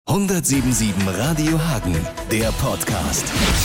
107.7 Radio Hagen, der Podcast.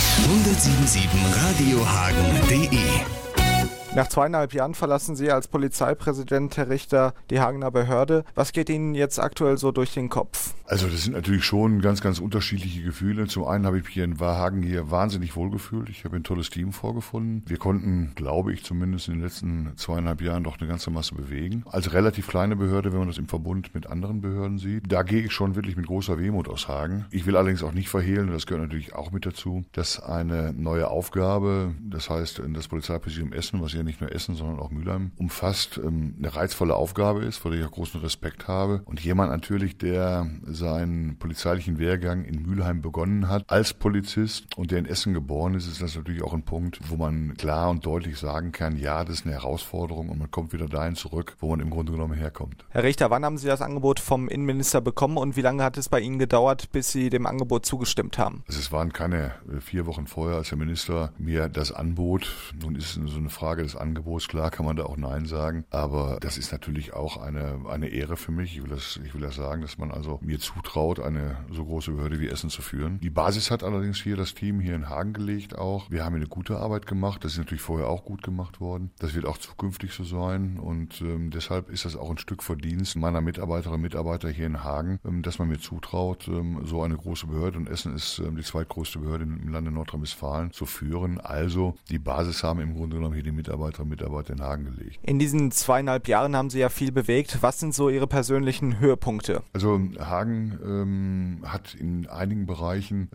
107.7radiohagen.de. Nach 2,5 Jahren verlassen Sie als Polizeipräsident, Herr Richter, die Hagener Behörde. Was geht Ihnen jetzt aktuell so durch den Kopf? Also das sind natürlich schon ganz, ganz unterschiedliche Gefühle. Zum einen habe ich mich hier in Hagen hier wahnsinnig wohlgefühlt. Ich habe ein tolles Team vorgefunden. Wir konnten, glaube ich, zumindest in den letzten 2,5 Jahren doch eine ganze Masse bewegen. Als relativ kleine Behörde, wenn man das im Verbund mit anderen Behörden sieht, da gehe ich schon wirklich mit großer Wehmut aus Hagen. Ich will allerdings auch nicht verhehlen, und das gehört natürlich auch mit dazu, dass eine neue Aufgabe, das heißt das Polizeipräsidium Essen, was ja nicht nur Essen, sondern auch Mülheim umfasst, eine reizvolle Aufgabe ist, vor der ich auch großen Respekt habe. Und jemand natürlich, der seinen polizeilichen Wehrgang in Mülheim begonnen hat als Polizist und der in Essen geboren ist, ist das natürlich auch ein Punkt, wo man klar und deutlich sagen kann, ja, das ist eine Herausforderung und man kommt wieder dahin zurück, wo man im Grunde genommen herkommt. Herr Richter, wann haben Sie das Angebot vom Innenminister bekommen und wie lange hat es bei Ihnen gedauert, bis Sie dem Angebot zugestimmt haben? Also es waren keine 4 Wochen vorher, als der Minister mir das anbot. Nun ist es so eine Frage des Angebots, klar kann man da auch Nein sagen, aber das ist natürlich auch eine Ehre für mich. Ich will das sagen, dass man also mir zutraut, eine so große Behörde wie Essen zu führen. Die Basis hat allerdings hier das Team hier in Hagen gelegt auch. Wir haben hier eine gute Arbeit gemacht, das ist natürlich vorher auch gut gemacht worden. Das wird auch zukünftig so sein und deshalb ist das auch ein Stück Verdienst meiner Mitarbeiterinnen und Mitarbeiter hier in Hagen, dass man mir zutraut, so eine große Behörde, und Essen ist die zweitgrößte Behörde im Lande Nordrhein-Westfalen, zu führen. Also die Basis haben im Grunde genommen hier die Mitarbeiter in Hagen gelegt. In diesen 2,5 Jahren haben Sie ja viel bewegt. Was sind so Ihre persönlichen Höhepunkte? Also Hagen hat in einigen Bereichen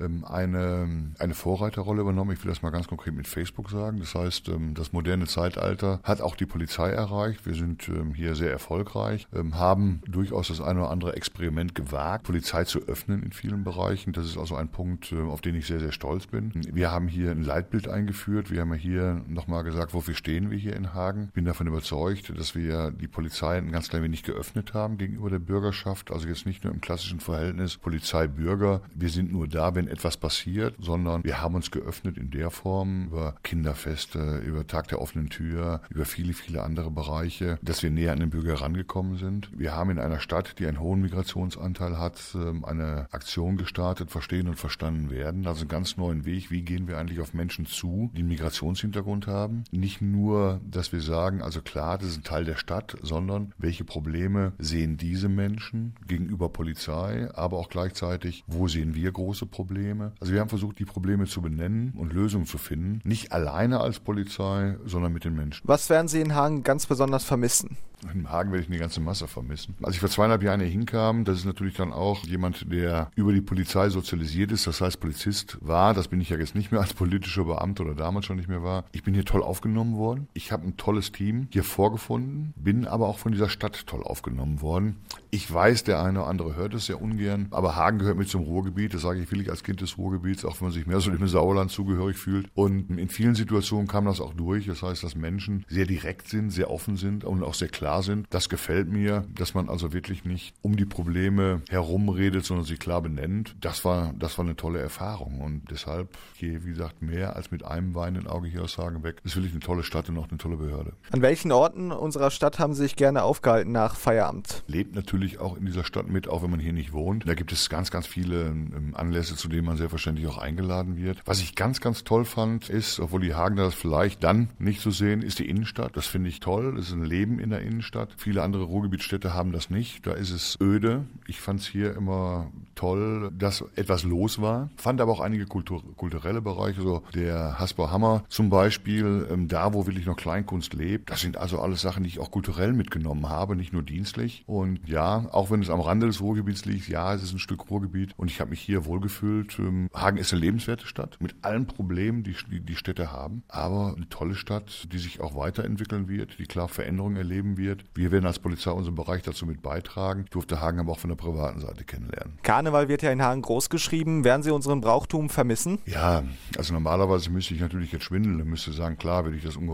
eine Vorreiterrolle übernommen. Ich will das mal ganz konkret mit Facebook sagen. Das heißt, das moderne Zeitalter hat auch die Polizei erreicht. Wir sind hier sehr erfolgreich, haben durchaus das eine oder andere Experiment gewagt, Polizei zu öffnen in vielen Bereichen. Das ist also ein Punkt, auf den ich sehr, sehr stolz bin. Wir haben hier ein Leitbild eingeführt. Wir haben hier nochmal gesagt, wofür stehen wir hier in Hagen. Ich bin davon überzeugt, dass wir die Polizei ein ganz klein wenig geöffnet haben gegenüber der Bürgerschaft. Also jetzt nicht nur im klassischen Verhältnis Polizei-Bürger. Wir sind nur da, wenn etwas passiert, sondern wir haben uns geöffnet in der Form über Kinderfeste, über Tag der offenen Tür, über viele, viele andere Bereiche, dass wir näher an den Bürger herangekommen sind. Wir haben in einer Stadt, die einen hohen Migrationsanteil hat, eine Aktion gestartet, Verstehen und Verstanden werden. Also einen ganz neuen Weg. Wie gehen wir eigentlich auf Menschen zu, die einen Migrationshintergrund haben? Nicht nur, dass wir sagen, also klar, das ist ein Teil der Stadt, sondern welche Probleme sehen diese Menschen gegenüber Polizei, aber auch gleichzeitig, wo sehen wir große Probleme? Also wir haben versucht, die Probleme zu benennen und Lösungen zu finden. Nicht alleine als Polizei, sondern mit den Menschen. Was werden Sie in Hagen ganz besonders vermissen? In Hagen werde ich eine ganze Masse vermissen. Als ich vor 2,5 Jahren hier hinkam, das ist natürlich dann auch jemand, der über die Polizei sozialisiert ist, das heißt Polizist war, das bin ich ja jetzt nicht mehr als politischer Beamter oder damals schon nicht mehr war. Ich bin hier toll aufgenommen worden. Ich habe ein tolles Team hier vorgefunden, bin aber auch von dieser Stadt toll aufgenommen worden. Ich weiß, der eine oder andere hört es sehr ungern, aber Hagen gehört mit zum Ruhrgebiet, das sage ich wirklich als Kind des Ruhrgebiets, auch wenn man sich mehr so dem Sauerland zugehörig fühlt. Und in vielen Situationen kam das auch durch, das heißt, dass Menschen sehr direkt sind, sehr offen sind und auch sehr klar sind. Das gefällt mir, dass man also wirklich nicht um die Probleme herumredet, sondern sie klar benennt. Das war eine tolle Erfahrung und deshalb gehe, wie gesagt, mehr als mit einem weinenden Auge hier aus Hagen weg. Das ist wirklich eine tolle Stadt und auch eine tolle Behörde. An welchen Orten unserer Stadt haben Sie sich gerne aufgehalten nach Feierabend? Lebt natürlich auch in dieser Stadt mit, auch wenn man hier nicht wohnt. Da gibt es ganz, ganz viele Anlässe, zu denen man selbstverständlich auch eingeladen wird. Was ich ganz, ganz toll fand, ist, obwohl die Hagener das vielleicht dann nicht so sehen, ist die Innenstadt. Das finde ich toll. Das ist ein Leben in der Innenstadt. Viele andere Ruhrgebietsstädte haben das nicht. Da ist es öde. Ich fand es hier immer toll, dass etwas los war. Fand aber auch einige kulturelle Bereiche, so der Hasper Hammer zum Beispiel, da wo wirklich noch Kleinkunst lebt. Das sind also alles Sachen, die ich auch kulturell mitgenommen habe, nicht nur dienstlich. Und ja, auch wenn es am Rande des Ruhrgebiets liegt, ja, es ist ein Stück Ruhrgebiet und ich habe mich hier wohlgefühlt. Hagen ist eine lebenswerte Stadt mit allen Problemen, die die Städte haben, aber eine tolle Stadt, die sich auch weiterentwickeln wird, die klar Veränderungen erleben wird. Wir werden als Polizei unseren Bereich dazu mit beitragen. Ich durfte Hagen aber auch von der privaten Seite kennenlernen. Karneval wird ja in Hagen groß geschrieben. Werden Sie unseren Brauchtum vermissen? Ja, also normalerweise müsste ich natürlich jetzt schwindeln und müsste sagen, klar, werde ich das ungeheuer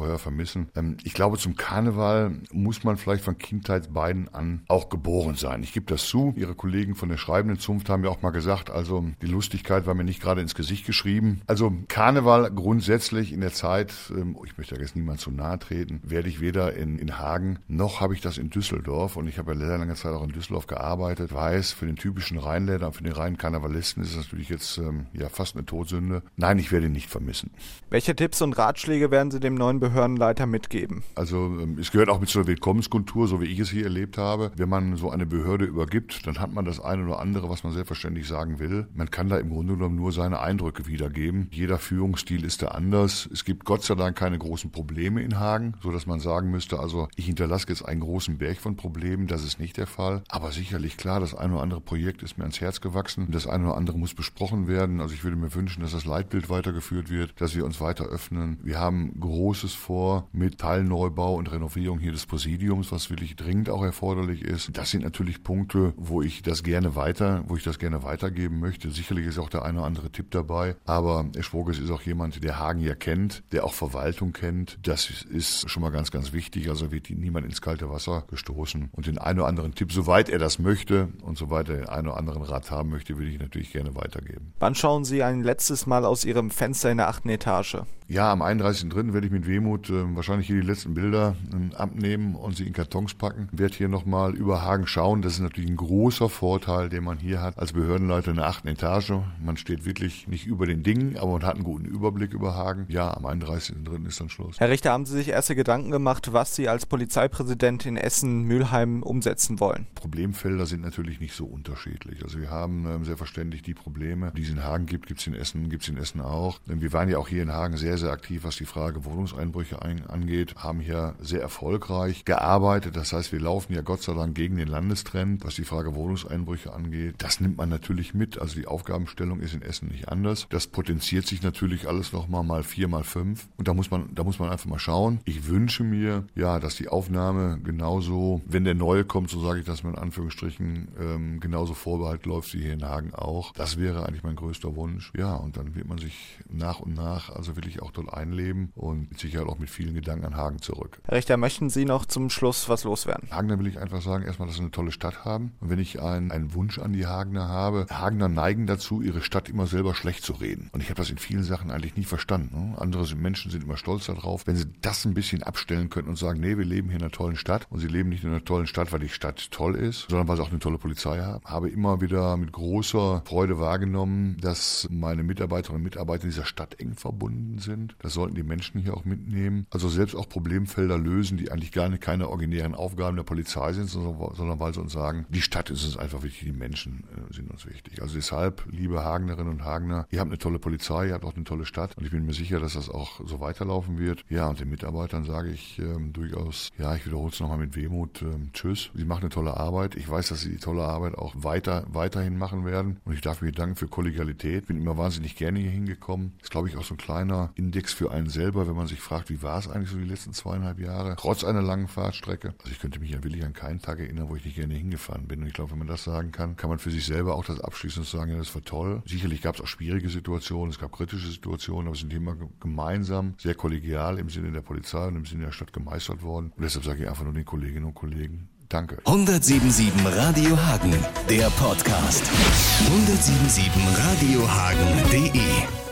ungeheuer vermissen. Ich glaube, zum Karneval muss man vielleicht von Kindheitsbeinen an auch geboren sein. Ich gebe das zu. Ihre Kollegen von der schreibenden Zunft haben ja auch mal gesagt, also die Lustigkeit war mir nicht gerade ins Gesicht geschrieben. Also Karneval grundsätzlich in der Zeit, ich möchte ja jetzt niemand zu nahe treten, werde ich weder in Hagen noch habe ich das in Düsseldorf, und ich habe ja sehr lange Zeit auch in Düsseldorf gearbeitet, weiß, für den typischen Rheinländer und für den reinen Karnevalisten ist es natürlich jetzt fast eine Todsünde. Nein, ich werde ihn nicht vermissen. Welche Tipps und Ratschläge werden Sie dem neuen Behördenleiter mitgeben? Also es gehört auch mit zur Willkommenskultur, so wie ich es hier erlebt habe. Wenn man so eine Behörde übergibt, dann hat man das eine oder andere, was man selbstverständlich sagen will. Man kann da im Grunde genommen nur seine Eindrücke wiedergeben. Jeder Führungsstil ist da anders. Es gibt Gott sei Dank keine großen Probleme in Hagen, sodass man sagen müsste, also ich hinterlasse jetzt einen großen Berg von Problemen. Das ist nicht der Fall. Aber sicherlich klar, das eine oder andere Projekt ist mir ans Herz gewachsen. Das eine oder andere muss besprochen werden. Also ich würde mir wünschen, dass das Leitbild weitergeführt wird, dass wir uns weiter öffnen. Wir haben Großes vor mit Teilneubau und Renovierung hier des Präsidiums, was wirklich dringend auch erforderlich ist. Das sind natürlich Punkte, wo ich das gerne weitergeben möchte. Sicherlich ist auch der eine oder andere Tipp dabei. Aber Herr Schwoges ist auch jemand, der Hagen ja kennt, der auch Verwaltung kennt. Das ist schon mal ganz, ganz wichtig. Also wird niemand ins kalte Wasser gestoßen. Und den einen oder anderen Tipp, soweit er das möchte und soweit er den einen oder anderen Rat haben möchte, würde ich natürlich gerne weitergeben. Wann schauen Sie ein letztes Mal aus Ihrem Fenster in der 8. Etage? Ja, am 31.3. werde ich mit Wehmut wahrscheinlich hier die letzten Bilder abnehmen und sie in Kartons packen. Werde hier nochmal über Hagen schauen. Das ist natürlich ein großer Vorteil, den man hier hat als Behördenleiter in der 8. Etage. Man steht wirklich nicht über den Dingen, aber man hat einen guten Überblick über Hagen. Ja, am 31.3. ist dann Schluss. Herr Richter, haben Sie sich erste Gedanken gemacht, was Sie als Polizeipräsident in Essen-Mülheim umsetzen wollen? Problemfelder sind natürlich nicht so unterschiedlich. Also wir haben selbstverständlich die Probleme, die es in Hagen gibt es in Essen auch. Wir waren ja auch hier in Hagen sehr, sehr aktiv, was die Frage Wohnungseinbrüche angeht, haben hier sehr erfolgreich gearbeitet. Das heißt, wir laufen ja Gott sei Dank gegen den Landestrend, was die Frage Wohnungseinbrüche angeht. Das nimmt man natürlich mit. Also die Aufgabenstellung ist in Essen nicht anders. Das potenziert sich natürlich alles nochmal mal 4 mal 5. Und da muss man einfach mal schauen. Ich wünsche mir, ja, dass die Aufnahme genauso, wenn der Neue kommt, so sage ich das mal in Anführungsstrichen, genauso Vorbehalt läuft wie hier in Hagen auch. Das wäre eigentlich mein größter Wunsch. Ja, und dann wird man sich nach und nach also wirklich auch dort einleben und mit Sicherheit auch mit vielen Gedanken an Hagen zurück. Herr Richter, möchten Sie noch zum Schluss was loswerden? Hagener will ich einfach sagen, erstmal, dass wir eine tolle Stadt haben. Und wenn ich einen Wunsch an die Hagener habe, Hagener neigen dazu, ihre Stadt immer selber schlecht zu reden. Und ich habe das in vielen Sachen eigentlich nie verstanden. Andere Menschen sind immer stolz darauf. Wenn sie das ein bisschen abstellen könnten und sagen, nee, wir leben hier in einer tollen Stadt und sie leben nicht in einer tollen Stadt, weil die Stadt toll ist, sondern weil sie auch eine tolle Polizei haben. Habe immer wieder mit großer Freude wahrgenommen, dass meine Mitarbeiterinnen und Mitarbeiter in dieser Stadt eng verbunden sind. Das sollten die Menschen hier auch mitnehmen. Also selbst auch Problemfelder lösen, die eigentlich gar keine originären Aufgaben der Polizei sind, sondern weil sie uns sagen, die Stadt ist uns einfach wichtig, die Menschen sind uns wichtig. Also deshalb, liebe Hagenerinnen und Hagener, ihr habt eine tolle Polizei, ihr habt auch eine tolle Stadt und ich bin mir sicher, dass das auch so weiterlaufen wird. Ja, und den Mitarbeitern sage ich durchaus, ja, ich wiederhole es nochmal mit Wehmut, tschüss. Sie machen eine tolle Arbeit. Ich weiß, dass sie die tolle Arbeit auch weiterhin machen werden und ich darf mich danken für Kollegialität. Bin immer wahnsinnig gerne hier hingekommen. Das ist, glaube ich, auch so ein kleiner Index für einen selber, wenn man sich fragt, wie war es eigentlich so die letzten 2,5 Jahre, trotz einer langen Fahrtstrecke. Also ich könnte mich ja wirklich an keinen Tag erinnern, wo ich nicht gerne hingefahren bin. Und ich glaube, wenn man das sagen kann, kann man für sich selber auch das abschließen und sagen, ja, das war toll. Sicherlich gab es auch schwierige Situationen, es gab kritische Situationen, aber es sind immer gemeinsam, sehr kollegial im Sinne der Polizei und im Sinne der Stadt gemeistert worden. Und deshalb sage ich einfach nur den Kolleginnen und Kollegen, danke. 107.7 Radio Hagen, der Podcast. 107.7 radiohagen.de